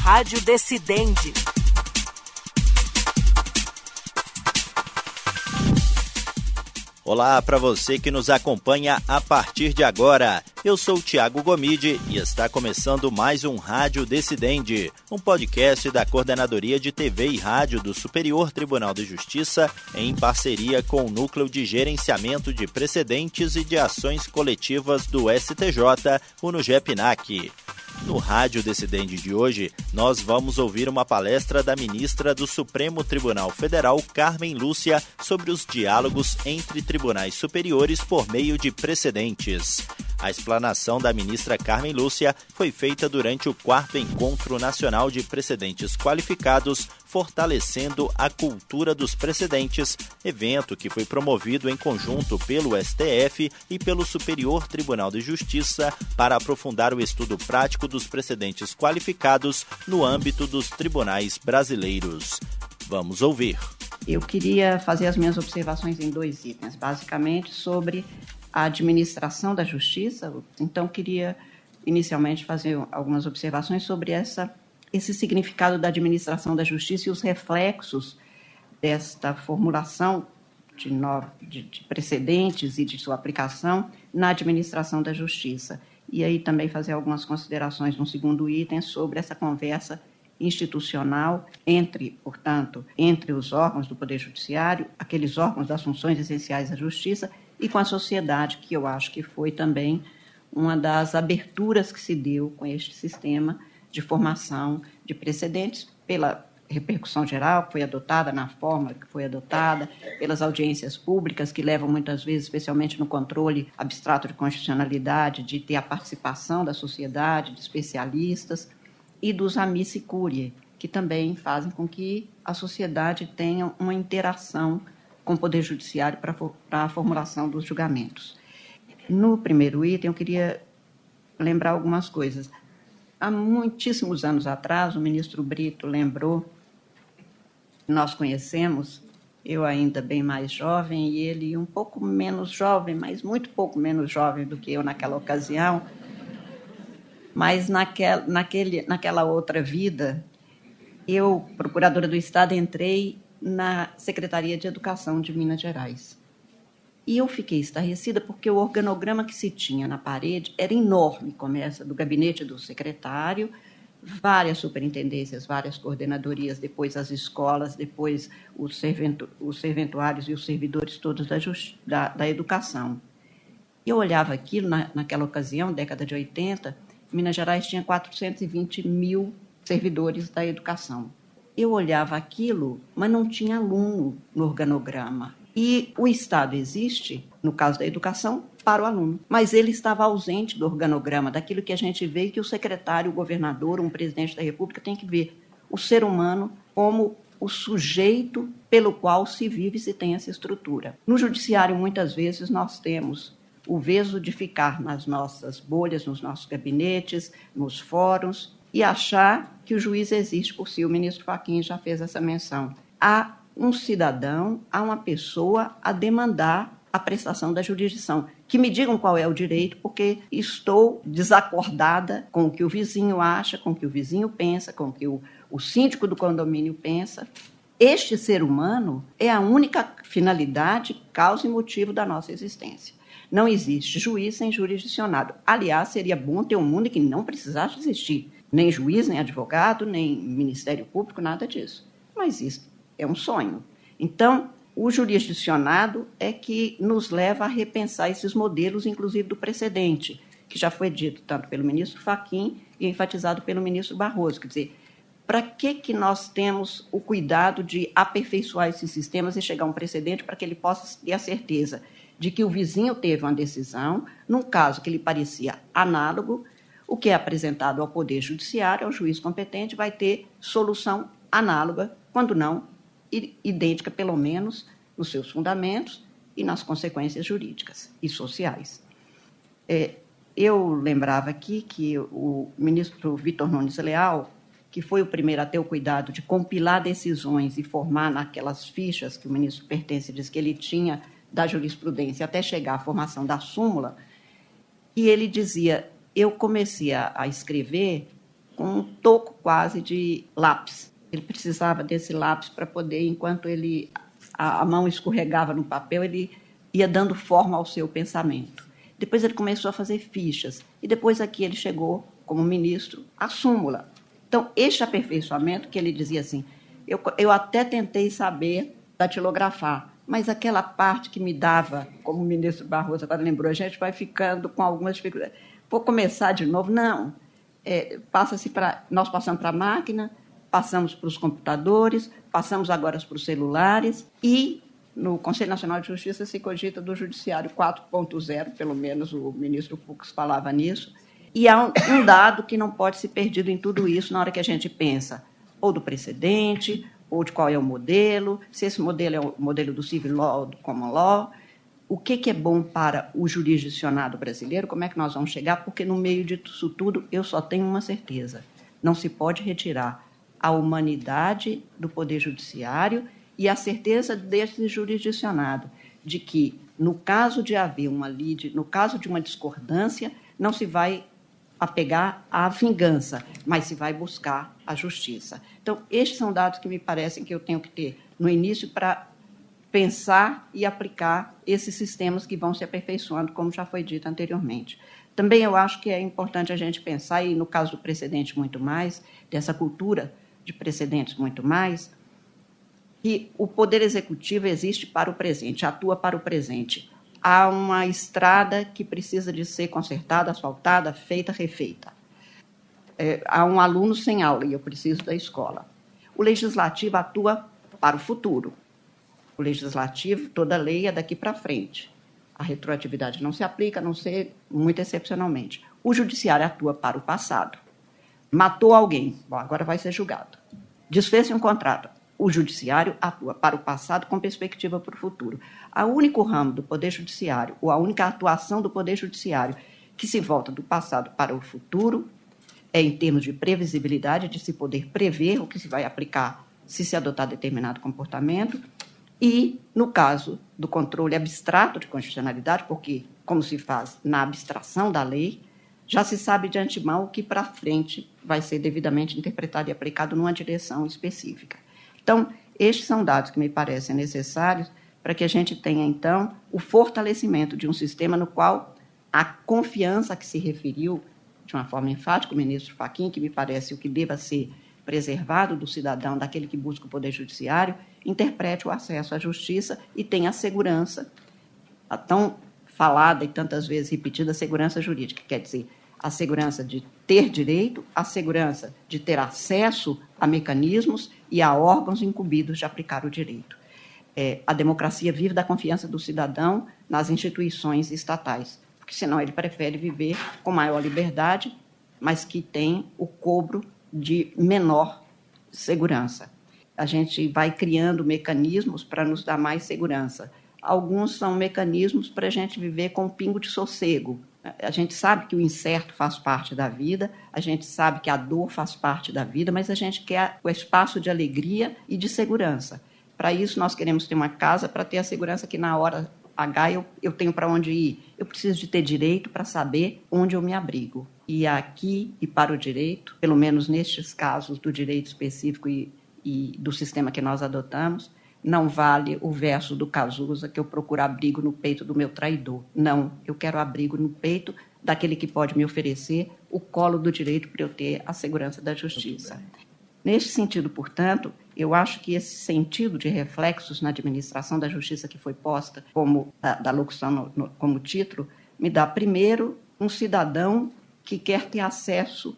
Rádio Decidente. Olá para você que nos acompanha a partir de agora. Eu sou o Tiago Gomide e está começando mais um Rádio Decidente, um podcast da Coordenadoria de TV e Rádio do Superior Tribunal de Justiça em parceria com o Núcleo de Gerenciamento de Precedentes e de Ações Coletivas do STJ, o NUGEPNAC. No Rádio Decidente de hoje, nós vamos ouvir uma palestra da ministra do Supremo Tribunal Federal, Carmen Lúcia, sobre os diálogos entre tribunais superiores por meio de precedentes. A explanação da ministra Carmen Lúcia foi feita durante o 4º Encontro Nacional de Precedentes Qualificados, Fortalecendo a Cultura dos Precedentes, evento que foi promovido em conjunto pelo STF e pelo Superior Tribunal de Justiça para aprofundar o estudo prático dos precedentes qualificados no âmbito dos tribunais brasileiros. Vamos ouvir. Eu queria fazer as minhas observações em 2 itens, basicamente sobre a administração da justiça. Então, queria inicialmente fazer algumas observações sobre esse significado da administração da justiça e os reflexos desta formulação de precedentes e de sua aplicação na administração da justiça. E aí também fazer algumas considerações no 2º item sobre essa conversa institucional entre os órgãos do Poder Judiciário, aqueles órgãos das funções essenciais da justiça, e com a sociedade, que eu acho que foi também uma das aberturas que se deu com este sistema de formação de precedentes, pela repercussão geral que foi adotada, na forma que foi adotada, pelas audiências públicas, que levam muitas vezes, especialmente no controle abstrato de constitucionalidade, de ter a participação da sociedade, de especialistas, e dos amici curiae, que também fazem com que a sociedade tenha uma interação com o Poder Judiciário para a formulação dos julgamentos. No 1º item, eu queria lembrar algumas coisas. Há muitíssimos anos atrás, o ministro Brito lembrou, nós conhecemos, eu ainda bem mais jovem e ele um pouco menos jovem, mas muito pouco menos jovem do que eu naquela ocasião, mas naquela outra vida, eu, procuradora do Estado, entrei na Secretaria de Educação de Minas Gerais. E eu fiquei estarrecida porque o organograma que se tinha na parede era enorme. Começa do gabinete do secretário, várias superintendências, várias coordenadorias, depois as escolas, depois os serventuários e os servidores todos da educação. E eu olhava aquilo, naquela ocasião, década de 80, Minas Gerais tinha 420 mil servidores da educação. Eu olhava aquilo, mas não tinha aluno no organograma. E o Estado existe, no caso da educação, para o aluno. Mas ele estava ausente do organograma, daquilo que a gente vê e que o secretário, o governador, um presidente da República tem que ver. O ser humano como o sujeito pelo qual se vive e se tem essa estrutura. No judiciário, muitas vezes, nós temos o veso de ficar nas nossas bolhas, nos nossos gabinetes, nos fóruns, e achar que o juiz existe por si. O ministro Fachin já fez essa menção. Há um cidadão, há uma pessoa a demandar a prestação da jurisdição. Que me digam qual é o direito, porque estou desacordada com o que o vizinho acha, com o que o vizinho pensa, com o que o síndico do condomínio pensa. Este ser humano é a única finalidade, causa e motivo da nossa existência. Não existe juiz sem jurisdicionado. Aliás, seria bom ter um mundo em que não precisasse existir nem juiz, nem advogado, nem Ministério Público, nada disso. Mas isso é um sonho. Então, o jurisdicionado é que nos leva a repensar esses modelos, inclusive do precedente, que já foi dito tanto pelo ministro Fachin e enfatizado pelo ministro Barroso. Quer dizer, para que nós temos o cuidado de aperfeiçoar esses sistemas e chegar a um precedente para que ele possa ter a certeza de que o vizinho teve uma decisão, num caso que lhe parecia análogo, o que é apresentado ao Poder Judiciário, ao juiz competente, vai ter solução análoga, quando não idêntica, pelo menos, nos seus fundamentos e nas consequências jurídicas e sociais. Eu lembrava aqui que o ministro Vitor Nunes Leal, que foi o primeiro a ter o cuidado de compilar decisões e formar naquelas fichas que o ministro Pertence diz que ele tinha da jurisprudência até chegar à formação da súmula, e ele dizia: eu comecei a escrever com um toco quase de lápis. Ele precisava desse lápis para poder, enquanto a mão escorregava no papel, ele ia dando forma ao seu pensamento. Depois ele começou a fazer fichas. E depois aqui ele chegou, como ministro, à súmula. Então, este aperfeiçoamento que ele dizia assim, eu até tentei saber datilografar, mas aquela parte que me dava, como o ministro Barroso agora lembrou, a gente vai ficando com algumas dificuldades. Vou começar de novo? Não. Nós passamos para a máquina, passamos para os computadores, passamos agora para os celulares e no Conselho Nacional de Justiça se cogita do Judiciário 4.0, pelo menos o ministro Fux falava nisso, e há um dado que não pode ser perdido em tudo isso na hora que a gente pensa ou do precedente, ou de qual é o modelo, se esse modelo é o modelo do civil law ou do common law, o que é bom para o jurisdicionado brasileiro, como é que nós vamos chegar, porque no meio disso tudo eu só tenho uma certeza, não se pode retirar a humanidade do Poder Judiciário e a certeza desse jurisdicionado de que, no caso de haver uma lide, no caso de uma discordância, não se vai apegar à vingança, mas se vai buscar a justiça. Então, estes são dados que me parecem que eu tenho que ter no início para pensar e aplicar esses sistemas que vão se aperfeiçoando, como já foi dito anteriormente. Também eu acho que é importante a gente pensar, e no caso do precedente muito mais, dessa cultura de precedentes muito mais, que o Poder Executivo existe para o presente, atua para o presente. Há uma estrada que precisa de ser consertada, asfaltada, feita, refeita. Há um aluno sem aula e eu preciso da escola. O Legislativo atua para o futuro. O Legislativo, toda lei é daqui para frente. A retroatividade não se aplica, a não ser muito excepcionalmente. O Judiciário atua para o passado. Matou alguém, bom, agora vai ser julgado. Desfez-se um contrato. O Judiciário atua para o passado com perspectiva para o futuro. O único ramo do Poder Judiciário, ou a única atuação do Poder Judiciário que se volta do passado para o futuro, é em termos de previsibilidade, de se poder prever o que se vai aplicar se se adotar determinado comportamento, e, no caso do controle abstrato de constitucionalidade, porque, como se faz na abstração da lei, já se sabe de antemão o que para frente vai ser devidamente interpretado e aplicado numa direção específica. Então, estes são dados que me parecem necessários para que a gente tenha, então, o fortalecimento de um sistema no qual a confiança a que se referiu, de uma forma enfática, o ministro Fachin, que me parece o que deva ser preservado do cidadão, daquele que busca o Poder Judiciário, interprete o acesso à justiça e tenha a segurança, a tão falada e tantas vezes repetida segurança jurídica, quer dizer, a segurança de ter direito, a segurança de ter acesso a mecanismos e a órgãos incumbidos de aplicar o direito. A democracia vive da confiança do cidadão nas instituições estatais, porque senão ele prefere viver com maior liberdade, mas que tem o cobro de menor segurança. A gente vai criando mecanismos para nos dar mais segurança. Alguns são mecanismos para a gente viver com um pingo de sossego. A gente sabe que o incerto faz parte da vida, a gente sabe que a dor faz parte da vida, mas a gente quer o espaço de alegria e de segurança. Para isso, nós queremos ter uma casa para ter a segurança que, na hora H, eu tenho para onde ir. Eu preciso de ter direito para saber onde eu me abrigo. E aqui, e para o direito, pelo menos nestes casos do direito específico e do sistema que nós adotamos, não vale o verso do Cazuza que eu procuro abrigo no peito do meu traidor. Não, eu quero abrigo no peito daquele que pode me oferecer o colo do direito para eu ter a segurança da justiça. Neste sentido, portanto, eu acho que esse sentido de reflexos na administração da justiça que foi posta como da locução como título, me dá, primeiro, um cidadão que quer ter acesso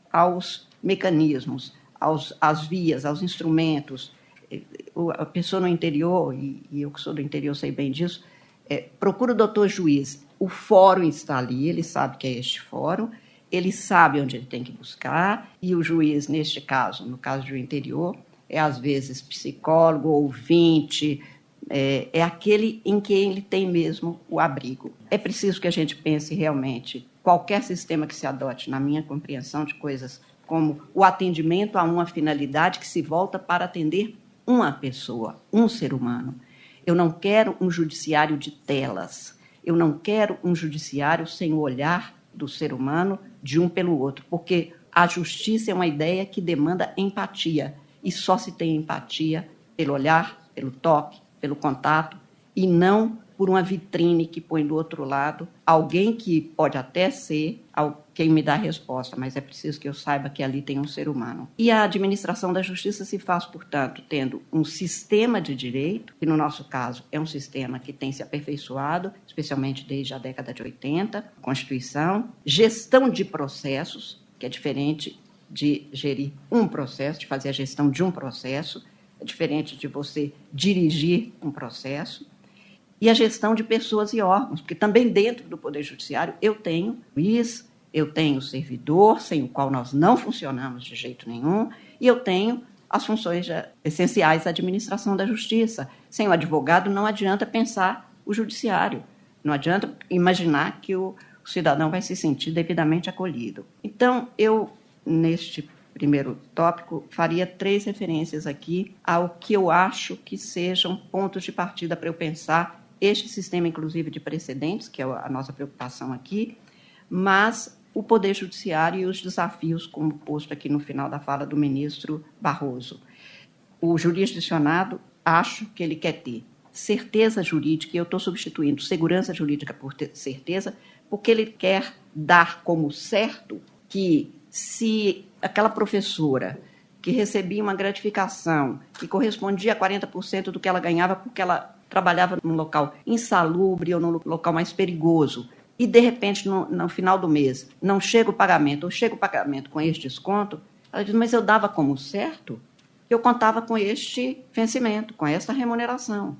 aos mecanismos, às vias, aos instrumentos. A pessoa no interior, e eu que sou do interior sei bem disso, procura o doutor juiz, o fórum está ali, ele sabe que é este fórum, ele sabe onde ele tem que buscar, e o juiz, neste caso, no caso do interior, é às vezes psicólogo, ouvinte, é aquele em que ele tem mesmo o abrigo. É preciso que a gente pense realmente, qualquer sistema que se adote, na minha compreensão de coisas como o atendimento a uma finalidade que se volta para atender uma pessoa, um ser humano. Eu não quero um judiciário de telas, eu não quero um judiciário sem o olhar do ser humano de um pelo outro, porque A justiça é uma ideia que demanda empatia, e só se tem empatia pelo olhar, pelo toque, pelo contato, e não por uma vitrine que põe do outro lado alguém que pode até ser quem me dá a resposta, mas é preciso que eu saiba que ali tem um ser humano. E a administração da justiça se faz, portanto, tendo um sistema de direito, que no nosso caso é um sistema que tem se aperfeiçoado, especialmente desde a década de 80, Constituição, gestão de processos, que é diferente de gerir um processo, de fazer a gestão de um processo, é diferente de você dirigir um processo, e a gestão de pessoas e órgãos, porque também dentro do Poder Judiciário eu tenho juiz, eu tenho servidor, sem o qual nós não funcionamos de jeito nenhum, e eu tenho as funções essenciais da administração da justiça. Sem o advogado não adianta pensar o judiciário, não adianta imaginar que o cidadão vai se sentir devidamente acolhido. Então, eu, neste primeiro tópico, faria 3 referências aqui ao que eu acho que sejam pontos de partida para eu pensar este sistema, inclusive, de precedentes, que é a nossa preocupação aqui, mas o Poder Judiciário e os desafios, como posto aqui no final da fala do ministro Barroso. O jurisdicionado, acho que ele quer ter certeza jurídica, e eu estou substituindo segurança jurídica por certeza, porque ele quer dar como certo que, se aquela professora que recebia uma gratificação que correspondia a 40% do que ela ganhava porque ela trabalhava num local insalubre ou num local mais perigoso, e, de repente, no final do mês, não chega o pagamento, ou chega o pagamento com este desconto, ela diz, mas eu dava como certo, eu contava com este vencimento, com essa remuneração.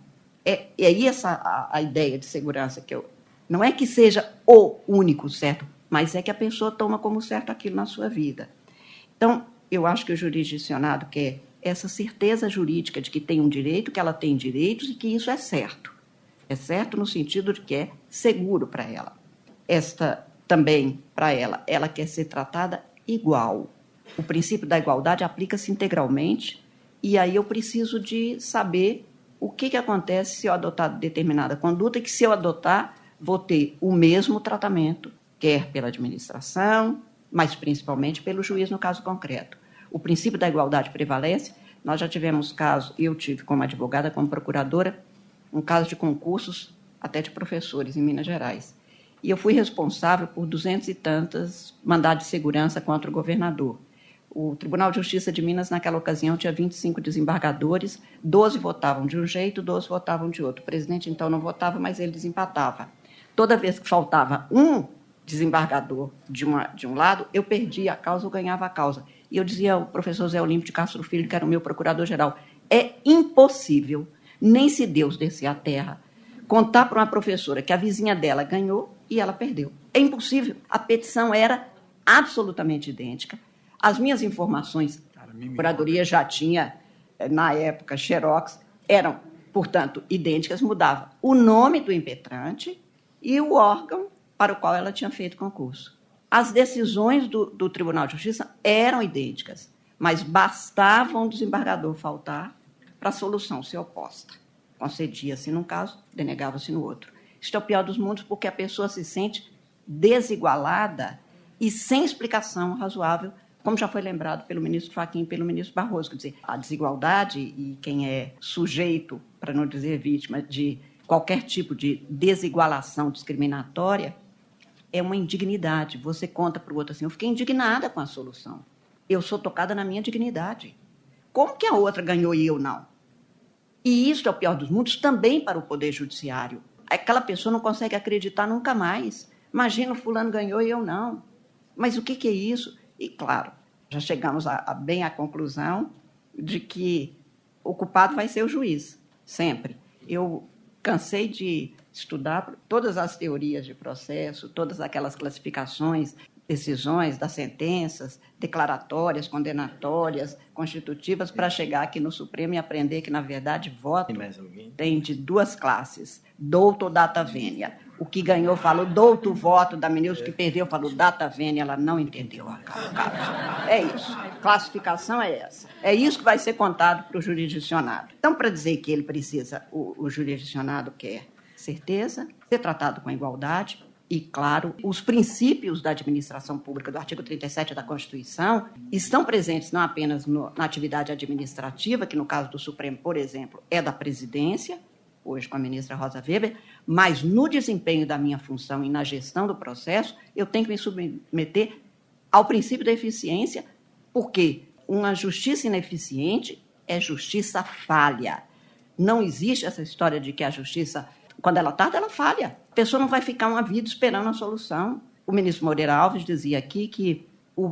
E aí a ideia de segurança que não é que seja o único certo, mas é que a pessoa toma como certo aquilo na sua vida. Então, eu acho que o jurisdicionado quer essa certeza jurídica de que tem um direito, que ela tem direitos e que isso é certo. É certo no sentido de que é seguro para ela. Esta também, para ela quer ser tratada igual. O princípio da igualdade aplica-se integralmente, e aí eu preciso de saber o que acontece se eu adotar determinada conduta, e que, se eu adotar, vou ter o mesmo tratamento, quer pela administração, mas principalmente pelo juiz no caso concreto. O princípio da igualdade prevalece. Nós já tivemos casos, eu tive como advogada, como procuradora, um caso de concursos até de professores em Minas Gerais. E eu fui responsável por 200 e tantas mandados de segurança contra o governador. O Tribunal de Justiça de Minas, naquela ocasião, tinha 25 desembargadores, 12 votavam de um jeito, 12 votavam de outro. O presidente, então, não votava, mas ele desempatava. Toda vez que faltava um desembargador de um lado, eu perdia a causa ou ganhava a causa. E eu dizia ao professor Zé Olímpio de Castro Filho, que era o meu procurador-geral, é impossível, nem se Deus descer à terra, contar para uma professora que a vizinha dela ganhou e ela perdeu. É impossível. A petição era absolutamente idêntica. As minhas informações, a procuradoria já tinha, na época, xerox, eram, portanto, idênticas, mudava o nome do impetrante e o órgão para o qual ela tinha feito concurso. As decisões do Tribunal de Justiça eram idênticas, mas bastava um desembargador faltar para a solução ser oposta. Concedia-se num caso, denegava-se no outro. Isto é o pior dos mundos, porque a pessoa se sente desigualada e sem explicação razoável, como já foi lembrado pelo ministro Fachin e pelo ministro Barroso. Quer dizer, a desigualdade, e quem é sujeito, para não dizer vítima, de qualquer tipo de desigualação discriminatória, é uma indignidade. Você conta para o outro assim, eu fiquei indignada com a solução. Eu sou tocada na minha dignidade. Como que a outra ganhou e eu não? E isso é o pior dos mundos também para o Poder Judiciário. Aquela pessoa não consegue acreditar nunca mais. Imagina, o fulano ganhou e eu não. Mas o que é isso? E, claro, já chegamos bem à conclusão de que o culpado vai ser o juiz, sempre. Eu cansei de estudar todas as teorias de processo, todas aquelas classificações, decisões das sentenças, declaratórias, condenatórias, constitutivas, para chegar aqui no Supremo e aprender que, na verdade, voto tem de 2 classes, douto ou data vênia. O que ganhou falou douto voto da ministra, o que perdeu falou data vênia, ela não entendeu a causa. É isso. Classificação é essa. É isso que vai ser contado para o jurisdicionado. Então, para dizer que ele precisa, o jurisdicionado quer certeza, ser tratado com igualdade, E, claro, os princípios da administração pública do artigo 37 da Constituição estão presentes não apenas na atividade administrativa, que no caso do Supremo, por exemplo, é da presidência, hoje com a ministra Rosa Weber, mas no desempenho da minha função e na gestão do processo, eu tenho que me submeter ao princípio da eficiência, porque uma justiça ineficiente é justiça falha. Não existe essa história de que a justiça, quando ela tarda, ela falha. A pessoa não vai ficar uma vida esperando a solução. O ministro Moreira Alves dizia aqui que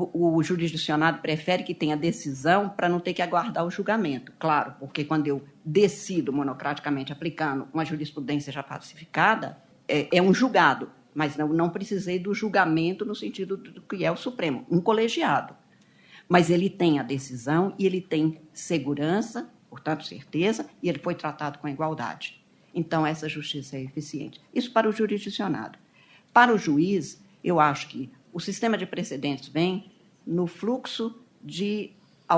o jurisdicionado prefere que tenha decisão para não ter que aguardar o julgamento. Claro, porque quando eu decido monocraticamente aplicando uma jurisprudência já pacificada, é um julgado, mas não precisei do julgamento no sentido do que é o Supremo, um colegiado. Mas ele tem a decisão e ele tem segurança, portanto, certeza, e ele foi tratado com igualdade. Então, essa justiça é eficiente. Isso para o jurisdicionado. Para o juiz, eu acho que o sistema de precedentes vem no fluxo de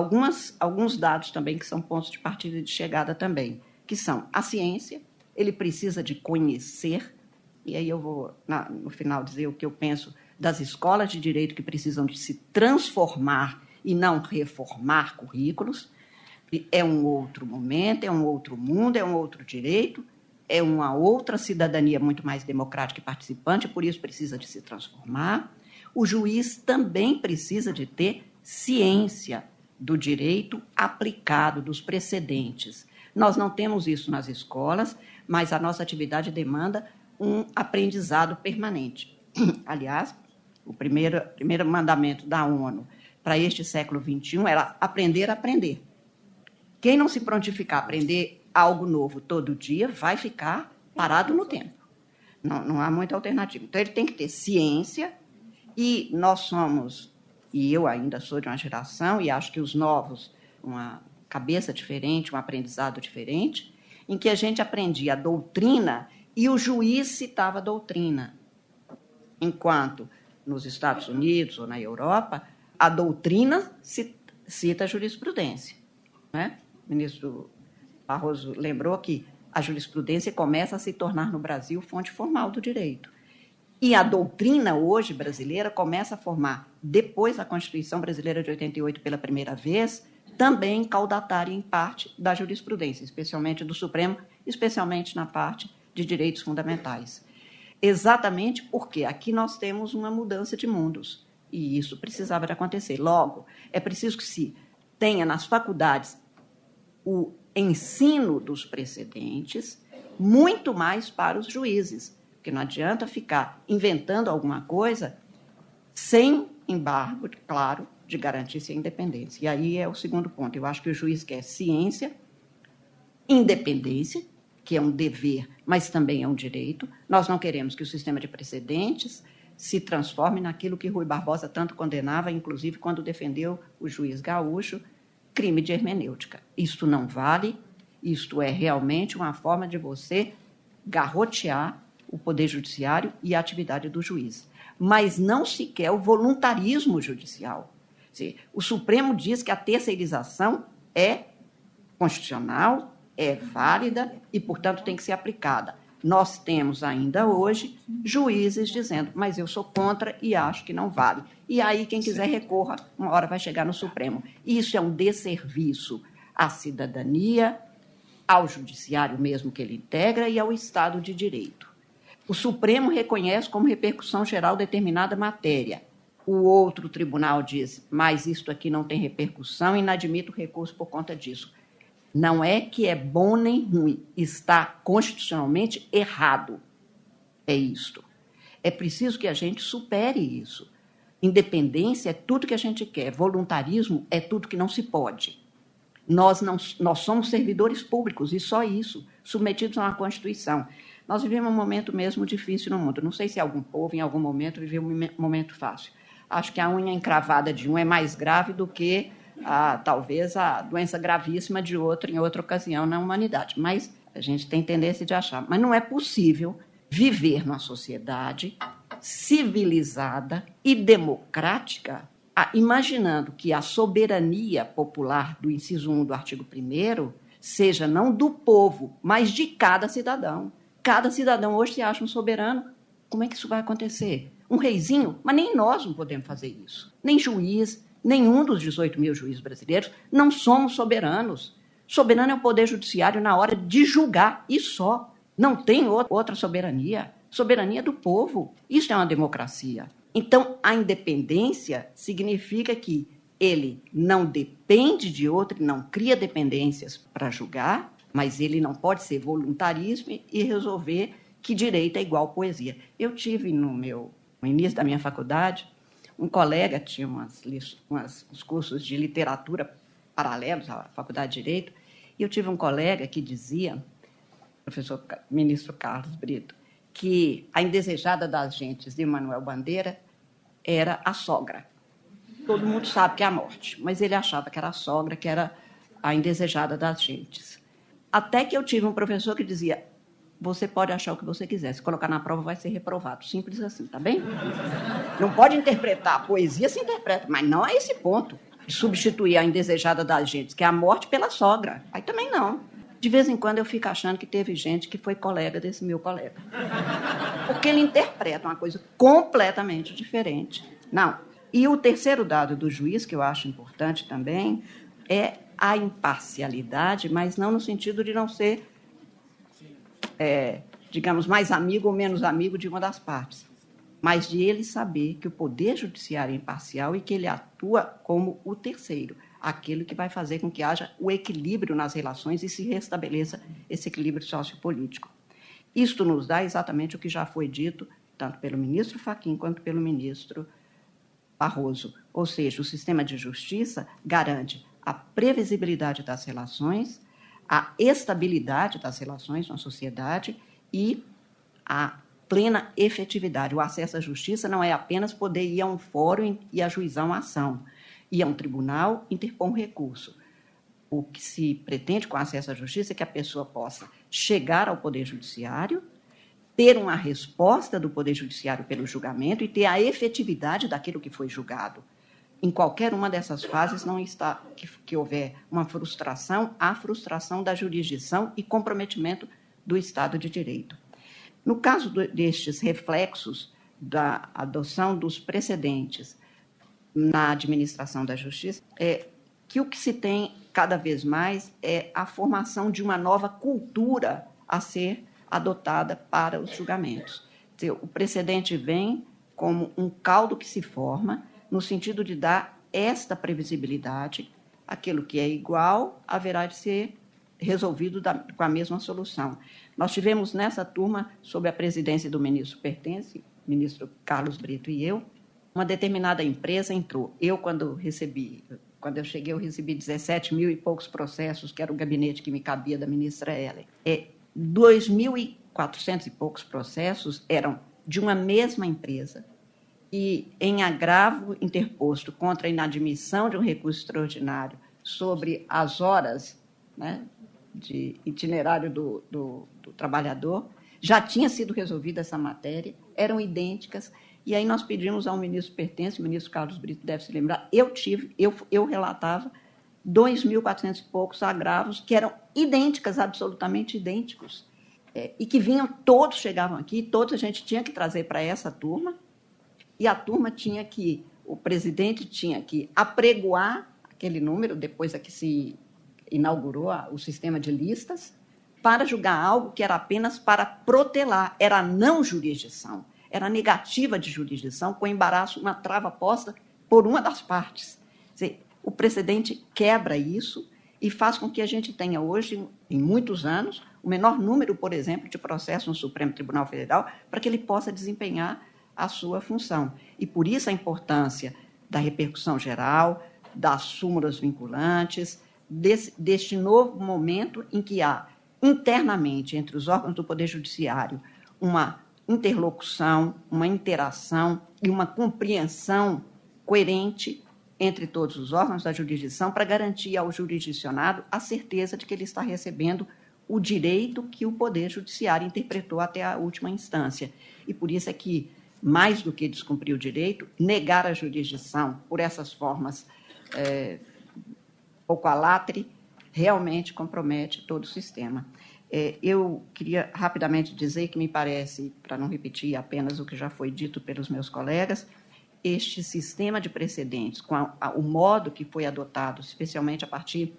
alguns dados também, que são pontos de partida e de chegada também, que são a ciência, ele precisa de conhecer, e aí eu vou, no final, dizer o que eu penso das escolas de direito que precisam de se transformar e não reformar currículos. É um outro momento, é um outro mundo, é um outro direito, é uma outra cidadania muito mais democrática e participante, por isso precisa de se transformar. O juiz também precisa de ter ciência do direito aplicado, dos precedentes. Nós não temos isso nas escolas, mas a nossa atividade demanda um aprendizado permanente. Aliás, o primeiro mandamento da ONU para este século XXI era aprender a aprender. Quem não se prontificar a aprender algo novo todo dia vai ficar parado no tempo. Não há muita alternativa. Então, ele tem que ter ciência, e nós somos, e eu ainda sou de uma geração, e acho que os novos, uma cabeça diferente, um aprendizado diferente, em que a gente aprendia a doutrina e o juiz citava a doutrina. Enquanto nos Estados Unidos ou na Europa, a doutrina cita a jurisprudência. Né? O ministro Barroso lembrou que a jurisprudência começa a se tornar no Brasil fonte formal do direito. E a doutrina hoje brasileira começa a formar, depois da Constituição Brasileira de 88 pela primeira vez, também caudatária em parte da jurisprudência, especialmente do Supremo, especialmente na parte de direitos fundamentais. Exatamente porque aqui nós temos uma mudança de mundos, e isso precisava de acontecer. Logo, é preciso que se tenha nas faculdades o ensino dos precedentes, muito mais para os juízes, porque não adianta ficar inventando alguma coisa sem embargo, claro, de garantir sua independência. E aí é o segundo ponto. Eu acho que o juiz quer ciência, independência, que é um dever, mas também é um direito. Nós não queremos que o sistema de precedentes se transforme naquilo que Rui Barbosa tanto condenava, inclusive quando defendeu o juiz Gaúcho, crime de hermenêutica. Isto não vale, isto é realmente uma forma de você garrotear o poder judiciário e a atividade do juiz. Mas não se quer o voluntarismo judicial. O Supremo diz que a terceirização é constitucional, é válida e, portanto, tem que ser aplicada. Nós temos ainda hoje juízes dizendo, mas eu sou contra e acho que não vale. E aí, quem quiser recorra, uma hora vai chegar no Supremo. Isso é um desserviço à cidadania, ao judiciário mesmo que ele integra e ao Estado de Direito. O Supremo reconhece como repercussão geral determinada matéria. O outro tribunal diz, mas isto aqui não tem repercussão e inadmito recurso por conta disso. Não é que é bom nem ruim, está constitucionalmente errado. É isto. É preciso que a gente supere isso. Independência é tudo que a gente quer, voluntarismo é tudo que não se pode. Nós somos servidores públicos, e só isso, submetidos a uma Constituição. Nós vivemos um momento mesmo difícil no mundo. Não sei se algum povo, em algum momento, viveu um momento fácil. Acho que a unha encravada de um é mais grave do que, talvez, a doença gravíssima de outro em outra ocasião na humanidade. Mas a gente tem tendência de achar. Mas não é possível viver numa sociedade civilizada e democrática imaginando que a soberania popular do inciso 1 do artigo 1º seja não do povo, mas de cada cidadão. Cada cidadão hoje se acha um soberano como é que isso vai acontecer? Um reizinho? Mas nem nós não podemos fazer isso. Nem juiz, nenhum dos 18 mil juízes brasileiros, não somos soberanos. Soberano é o Poder Judiciário na hora de julgar, e só. Não tem outra soberania. Soberania do povo. Isso é uma democracia. Então, a independência significa que ele não depende de outro, não cria dependências para julgar, mas ele não pode ser voluntarismo e resolver que direito é igual poesia. Eu tive no início da minha faculdade, um colega tinha uns cursos de literatura paralelos à Faculdade de Direito, e eu tive um colega que dizia, professor ministro Carlos Brito, que a indesejada das gentes de Manuel Bandeira era a sogra. Todo mundo sabe que é a morte, mas ele achava que era a sogra, que era a indesejada das gentes. Até que eu tive um professor que dizia, você pode achar o que você quiser, se colocar na prova vai ser reprovado. Simples assim, tá bem? Não pode interpretar. A poesia se interpreta, mas não a esse ponto de substituir a indesejada das gentes, que é a morte, pela sogra. Aí também não. De vez em quando eu fico achando que teve gente que foi colega desse meu colega. Porque ele interpreta uma coisa completamente diferente. Não. E o terceiro dado do juiz, que eu acho importante também, é a imparcialidade, mas não no sentido de não ser, digamos, mais amigo ou menos amigo de uma das partes, mas de ele saber que o Poder Judiciário é imparcial e que ele atua como o terceiro, aquele que vai fazer com que haja o equilíbrio nas relações e se restabeleça esse equilíbrio sociopolítico. Isto nos dá exatamente o que já foi dito, tanto pelo ministro Fachin quanto pelo ministro Barroso, ou seja, o sistema de justiça garante a previsibilidade das relações, a estabilidade das relações na sociedade e a plena efetividade. O acesso à justiça não é apenas poder ir a um fórum e ajuizar uma ação, ir a um tribunal, interpor um recurso. O que se pretende com o acesso à justiça é que a pessoa possa chegar ao Poder Judiciário, ter uma resposta do Poder Judiciário pelo julgamento e ter a efetividade daquilo que foi julgado. Em qualquer uma dessas fases não está que houver uma frustração, a frustração da jurisdição e comprometimento do Estado de Direito. No caso destes reflexos da adoção dos precedentes na administração da justiça, que o que se tem cada vez mais é a formação de uma nova cultura a ser adotada para os julgamentos. Quer dizer, o precedente vem como um caldo que se forma no sentido de dar esta previsibilidade, aquilo que é igual haverá de ser resolvido com a mesma solução. Nós tivemos nessa turma, sob a presidência do ministro Pertence, ministro Carlos Brito e eu, uma determinada empresa entrou. Quando eu cheguei, eu recebi 17 mil e poucos processos, que era o gabinete que me cabia da ministra Ellen. 2.400 e poucos processos eram de uma mesma empresa, e em agravo interposto contra a inadmissão de um recurso extraordinário sobre as horas, né, de itinerário do trabalhador, já tinha sido resolvida essa matéria, eram idênticas, e aí nós pedimos ao ministro Pertence, o ministro Carlos Brito deve se lembrar, eu relatava 2.400 e poucos agravos que eram idênticas, absolutamente idênticos, e que todos chegavam aqui, todos a gente tinha que trazer para essa turma, e a turma o presidente tinha que apregoar aquele número, depois que se inaugurou o sistema de listas, para julgar algo que era apenas para protelar, era a não jurisdição, era a negativa de jurisdição, com embaraço, uma trava posta por uma das partes. Quer dizer, o precedente quebra isso e faz com que a gente tenha hoje, em muitos anos, o menor número, por exemplo, de processos no Supremo Tribunal Federal, para que ele possa desempenhar a sua função. E por isso a importância da repercussão geral, das súmulas vinculantes, deste novo momento em que há internamente entre os órgãos do Poder Judiciário uma interlocução, uma interação e uma compreensão coerente entre todos os órgãos da jurisdição para garantir ao jurisdicionado a certeza de que ele está recebendo o direito que o Poder Judiciário interpretou até a última instância. E por isso é que, mais do que descumprir o direito, negar a jurisdição por essas formas pouco alatre realmente compromete todo o sistema. Eu queria rapidamente dizer que me parece, para não repetir apenas o que já foi dito pelos meus colegas, este sistema de precedentes, com o modo que foi adotado, especialmente a partir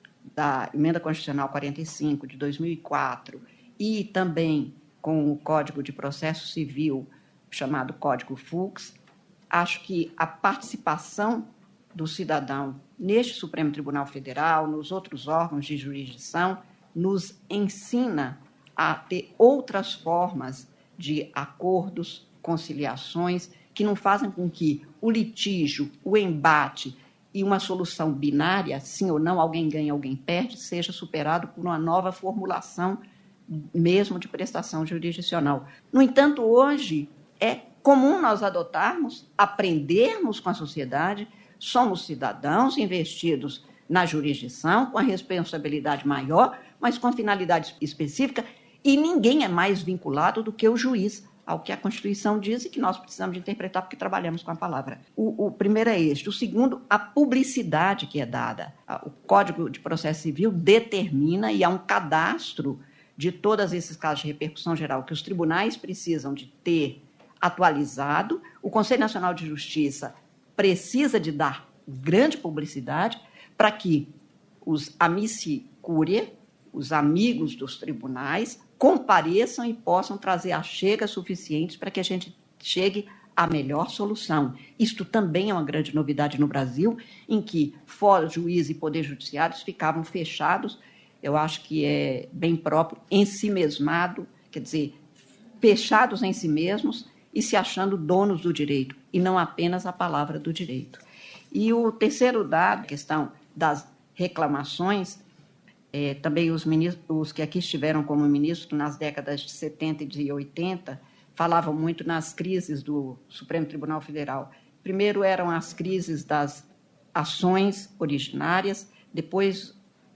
da Emenda Constitucional 45 de 2004 e também com o Código de Processo Civil, chamado Código Fux, acho que a participação do cidadão neste Supremo Tribunal Federal, nos outros órgãos de jurisdição, nos ensina a ter outras formas de acordos, conciliações, que não fazem com que o litígio, o embate e uma solução binária, sim ou não, alguém ganha, alguém perde, seja superado por uma nova formulação mesmo de prestação jurisdicional. No entanto, hoje é comum nós adotarmos, aprendermos com a sociedade, somos cidadãos investidos na jurisdição, com a responsabilidade maior, mas com a finalidade específica, e ninguém é mais vinculado do que o juiz, ao que a Constituição diz e que nós precisamos de interpretar porque trabalhamos com a palavra. O primeiro é este. O segundo, a publicidade que é dada. O Código de Processo Civil determina, e há um cadastro de todos esses casos de repercussão geral que os tribunais precisam de ter atualizado. O Conselho Nacional de Justiça precisa de dar grande publicidade para que os amici curiae, os amigos dos tribunais, compareçam e possam trazer achegas suficientes para que a gente chegue à melhor solução. Isto também é uma grande novidade no Brasil, em que fóruns, juízes e poderes judiciários ficavam fechados, eu acho que é bem próprio, ensimesmado, quer dizer, fechados em si mesmos e se achando donos do direito, e não apenas a palavra do direito. E o terceiro dado, a questão das reclamações, também os que aqui estiveram como ministros nas décadas de 70 e de 80 falavam muito nas crises do Supremo Tribunal Federal. Primeiro eram as crises das ações originárias, depois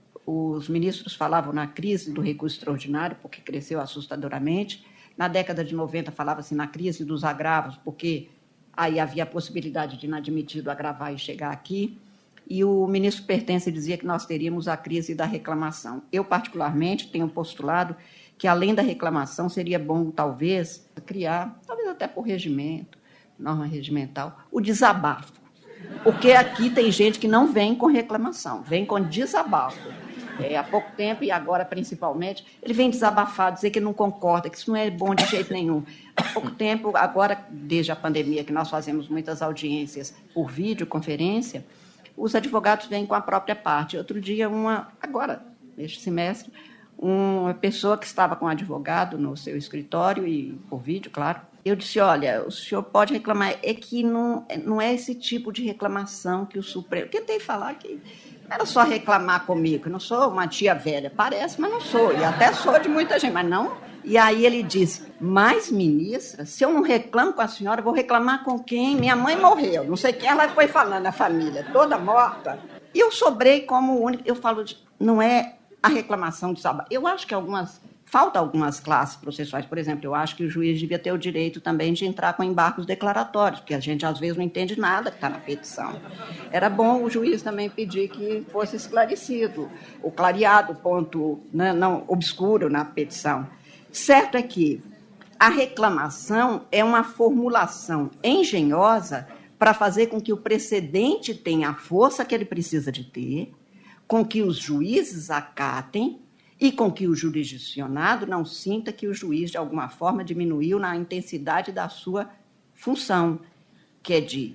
os ministros falavam na crise do recurso extraordinário, porque cresceu assustadoramente. Na década de 90 falava-se na crise dos agravos, porque aí havia a possibilidade de inadmitido agravar e chegar aqui. E o ministro Pertence dizia que nós teríamos a crise da reclamação. Eu, particularmente, tenho postulado que, além da reclamação, seria bom, talvez, criar, talvez até por regimento, norma regimental, o desabafo. Porque aqui tem gente que não vem com reclamação, vem com desabafo. Há pouco tempo, e agora principalmente, ele vem desabafar, dizer que não concorda, que isso não é bom de jeito nenhum. Há pouco tempo, agora, desde a pandemia, que nós fazemos muitas audiências por videoconferência, os advogados vêm com a própria parte. Outro dia, agora, neste semestre, uma pessoa que estava com um advogado no seu escritório, e por vídeo, claro, eu disse, olha, o senhor pode reclamar, é que não é esse tipo de reclamação que o Supremo... Tentei falar que não era só reclamar comigo, eu não sou uma tia velha, parece, mas não sou, e até sou de muita gente, mas não... E aí ele disse, mas, ministra, se eu não reclamo com a senhora, eu vou reclamar com quem? Minha mãe morreu, não sei quem, ela foi falando, a família toda morta. E eu sobrei como único, eu falo, não é a reclamação de sábado. Eu acho que falta algumas classes processuais, por exemplo, eu acho que o juiz devia ter o direito também de entrar com embargos declaratórios, porque a gente às vezes não entende nada que está na petição. Era bom o juiz também pedir que fosse esclarecido, o clareado, o ponto não obscuro na petição. Certo é que a reclamação é uma formulação engenhosa para fazer com que o precedente tenha a força que ele precisa de ter, com que os juízes acatem e com que o jurisdicionado não sinta que o juiz, de alguma forma, diminuiu na intensidade da sua função, que é de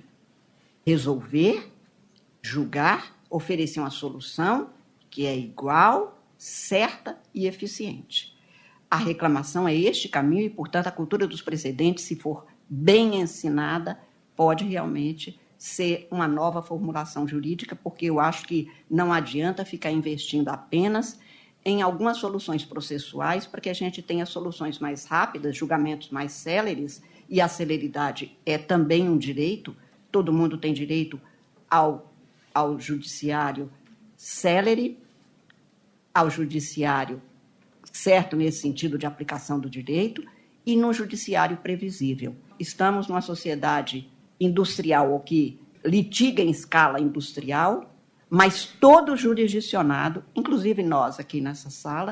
resolver, julgar, oferecer uma solução que é igual, certa e eficiente. A reclamação é este caminho e, portanto, a cultura dos precedentes, se for bem ensinada, pode realmente ser uma nova formulação jurídica, porque eu acho que não adianta ficar investindo apenas em algumas soluções processuais para que a gente tenha soluções mais rápidas, julgamentos mais céleres, e a celeridade é também um direito, todo mundo tem direito ao judiciário célere, ao judiciário certo nesse sentido de aplicação do direito, e no judiciário previsível. Estamos numa sociedade industrial, ou que litiga em escala industrial, mas todo jurisdicionado, inclusive nós aqui nessa sala,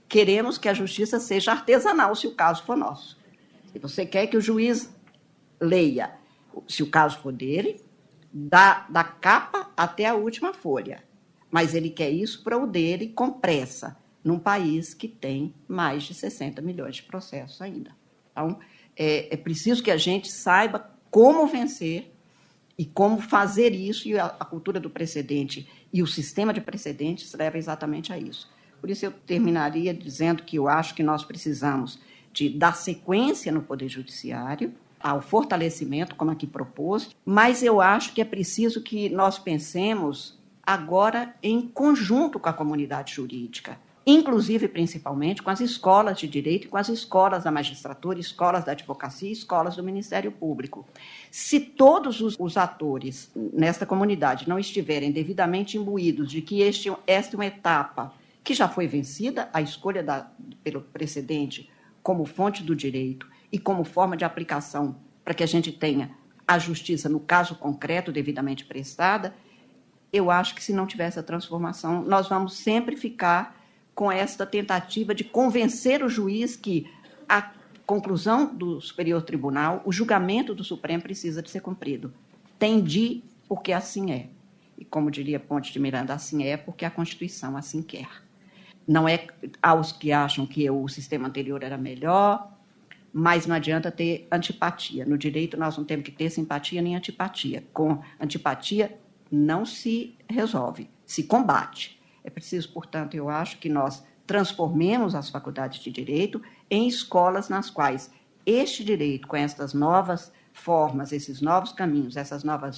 queremos que a justiça seja artesanal, se o caso for nosso. Se você quer que o juiz leia, se o caso for dele, da capa até a última folha. Mas ele quer isso para o dele com pressa, num país que tem mais de 60 milhões de processos ainda. Então, é preciso que a gente saiba como vencer e como fazer isso, e a cultura do precedente e o sistema de precedentes leva exatamente a isso. Por isso, eu terminaria dizendo que eu acho que nós precisamos de dar sequência no Poder Judiciário, ao fortalecimento, como aqui propôs, mas eu acho que é preciso que nós pensemos agora em conjunto com a comunidade jurídica, inclusive, principalmente, com as escolas de direito e com as escolas da magistratura, escolas da advocacia e escolas do Ministério Público. Se todos os atores nesta comunidade não estiverem devidamente imbuídos de que esta é uma etapa que já foi vencida, a escolha pelo precedente como fonte do direito e como forma de aplicação para que a gente tenha a justiça, no caso concreto, devidamente prestada, eu acho que se não tiver essa transformação, nós vamos sempre ficar com esta tentativa de convencer o juiz que a conclusão do Superior Tribunal, o julgamento do Supremo precisa de ser cumprido. Tem de, porque assim é. E como diria Ponte de Miranda, assim é porque a Constituição assim quer. Não é aos que acham que o sistema anterior era melhor, mas não adianta ter antipatia. No direito, nós não temos que ter simpatia nem antipatia. Com antipatia, não se resolve, se combate. É preciso, portanto, eu acho que nós transformemos as faculdades de direito em escolas nas quais este direito, com estas novas formas, esses novos caminhos, essas novas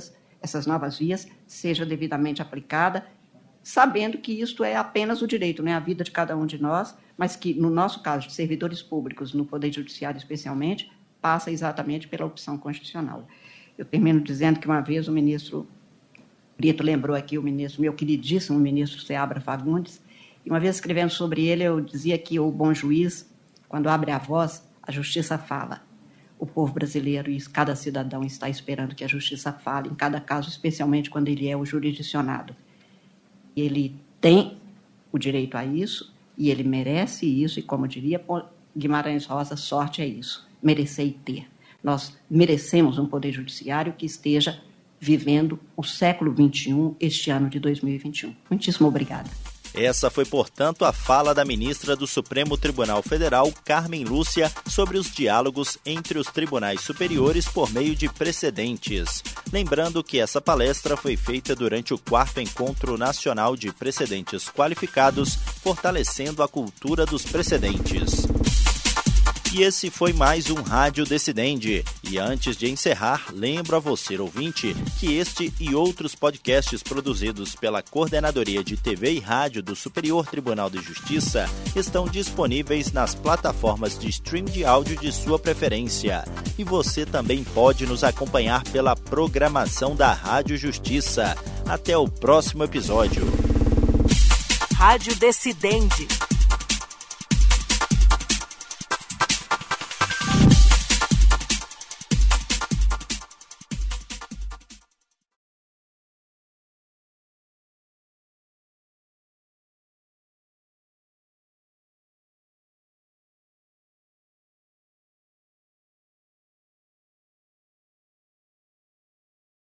vias, seja devidamente aplicada, sabendo que isto é apenas o direito, não é a vida de cada um de nós, mas que, no nosso caso, de servidores públicos, no Poder Judiciário especialmente, passa exatamente pela opção constitucional. Eu termino dizendo que uma vez o ministro Brito lembrou aqui o ministro, meu queridíssimo ministro Seabra Fagundes, e uma vez escrevendo sobre ele, eu dizia que o bom juiz, quando abre a voz, a justiça fala. O povo brasileiro e cada cidadão está esperando que a justiça fale, em cada caso, especialmente quando ele é o jurisdicionado. Ele tem o direito a isso, e ele merece isso, e como diria Guimarães Rosa, sorte é isso, merecer e ter. Nós merecemos um poder judiciário que esteja vivendo o século XXI, este ano de 2021. Muitíssimo obrigada. Essa foi, portanto, a fala da ministra do Supremo Tribunal Federal, Carmen Lúcia, sobre os diálogos entre os tribunais superiores por meio de precedentes. Lembrando que essa palestra foi feita durante o 4º Encontro Nacional de Precedentes Qualificados, fortalecendo a cultura dos precedentes. E esse foi mais um Rádio Decidende. E antes de encerrar, lembro a você, ouvinte, que este e outros podcasts produzidos pela Coordenadoria de TV e Rádio do Superior Tribunal de Justiça estão disponíveis nas plataformas de stream de áudio de sua preferência. E você também pode nos acompanhar pela programação da Rádio Justiça. Até o próximo episódio. Rádio Decidende.